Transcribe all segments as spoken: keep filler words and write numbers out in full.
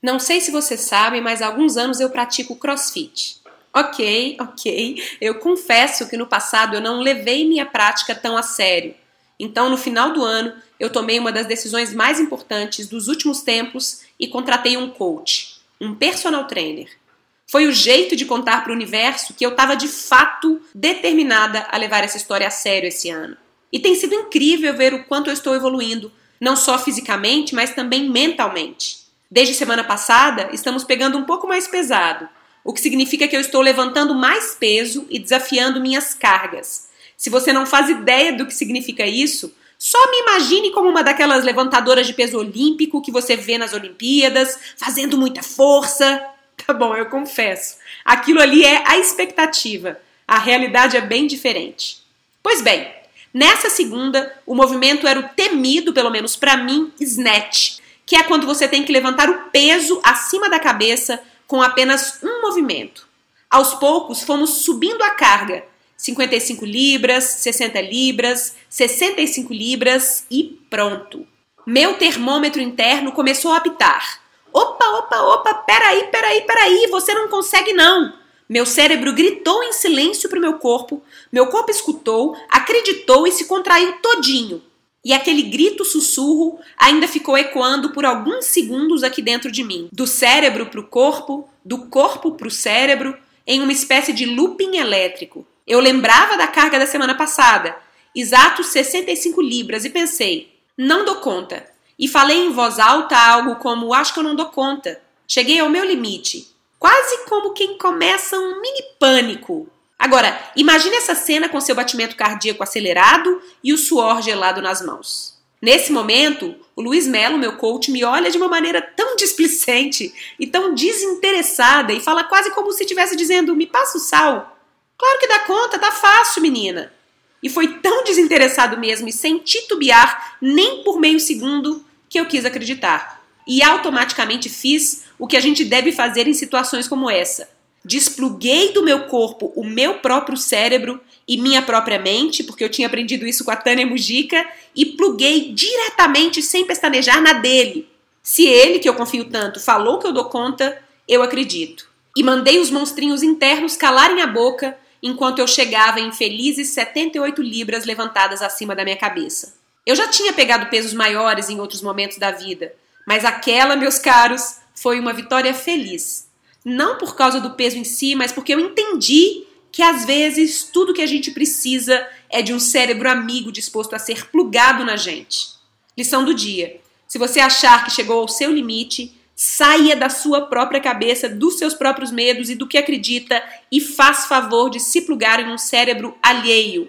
Não sei se você sabe, mas há alguns anos eu pratico CrossFit. Ok, ok, eu confesso que no passado eu não levei minha prática tão a sério. Então, no final do ano, eu tomei uma das decisões mais importantes dos últimos tempos e contratei um coach, um personal trainer. Foi o jeito de contar para o universo que eu estava de fato determinada a levar essa história a sério esse ano. E tem sido incrível ver o quanto eu estou evoluindo, não só fisicamente, mas também mentalmente. Desde semana passada, estamos pegando um pouco mais pesado, o que significa que eu estou levantando mais peso e desafiando minhas cargas. Se você não faz ideia do que significa isso, só me imagine como uma daquelas levantadoras de peso olímpico que você vê nas Olimpíadas, fazendo muita força. Tá bom, eu confesso. Aquilo ali é a expectativa. A realidade é bem diferente. Pois bem, nessa segunda, o movimento era o temido, pelo menos para mim, snatch, que é quando você tem que levantar o peso acima da cabeça com apenas um movimento. Aos poucos, fomos subindo a carga. cinquenta e cinco libras, sessenta libras, sessenta e cinco libras e pronto. Meu termômetro interno começou a apitar. Opa, opa, opa, peraí, peraí, peraí, você não consegue não. Meu cérebro gritou em silêncio para o meu corpo, meu corpo escutou, acreditou e se contraiu todinho. E aquele grito sussurro ainda ficou ecoando por alguns segundos aqui dentro de mim. Do cérebro para o corpo, do corpo para o cérebro, em uma espécie de looping elétrico. Eu lembrava da carga da semana passada, exatos sessenta e cinco libras, e pensei, não dou conta. E falei em voz alta algo como, acho que eu não dou conta. Cheguei ao meu limite. Quase como quem começa um mini pânico. Agora, imagine essa cena com seu batimento cardíaco acelerado e o suor gelado nas mãos. Nesse momento, o Luiz Melo, meu coach, me olha de uma maneira tão displicente e tão desinteressada e fala quase como se estivesse dizendo, me passa o sal. Claro que dá conta, tá fácil, menina. E foi tão desinteressado mesmo e sem titubear nem por meio segundo que eu quis acreditar. E automaticamente fiz o que a gente deve fazer em situações como essa. Despluguei do meu corpo o meu próprio cérebro e minha própria mente, porque eu tinha aprendido isso com a Tânia Mujica, e pluguei diretamente, sem pestanejar, na dele. Se ele, que eu confio tanto, falou que eu dou conta, eu acredito. E mandei os monstrinhos internos calarem a boca enquanto eu chegava em felizes setenta e oito libras levantadas acima da minha cabeça. Eu já tinha pegado pesos maiores em outros momentos da vida, mas aquela, meus caros, foi uma vitória feliz. Não por causa do peso em si, mas porque eu entendi que às vezes tudo que a gente precisa é de um cérebro amigo disposto a ser plugado na gente. Lição do dia. Se você achar que chegou ao seu limite, saia da sua própria cabeça, dos seus próprios medos e do que acredita e faz favor de se plugar em um cérebro alheio.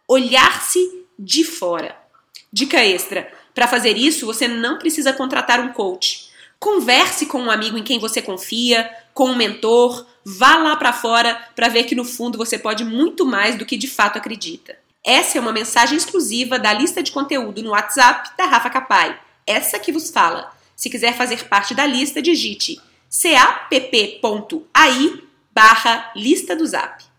Olhar-se de fora. Dica extra. Para fazer isso, você não precisa contratar um coach. Converse com um amigo em quem você confia, com um mentor, vá lá para fora para ver que no fundo você pode muito mais do que de fato acredita. Essa é uma mensagem exclusiva da lista de conteúdo no WhatsApp da Rafa Capai, essa que vos fala. Se quiser fazer parte da lista, digite capp.ai barra lista do Zap.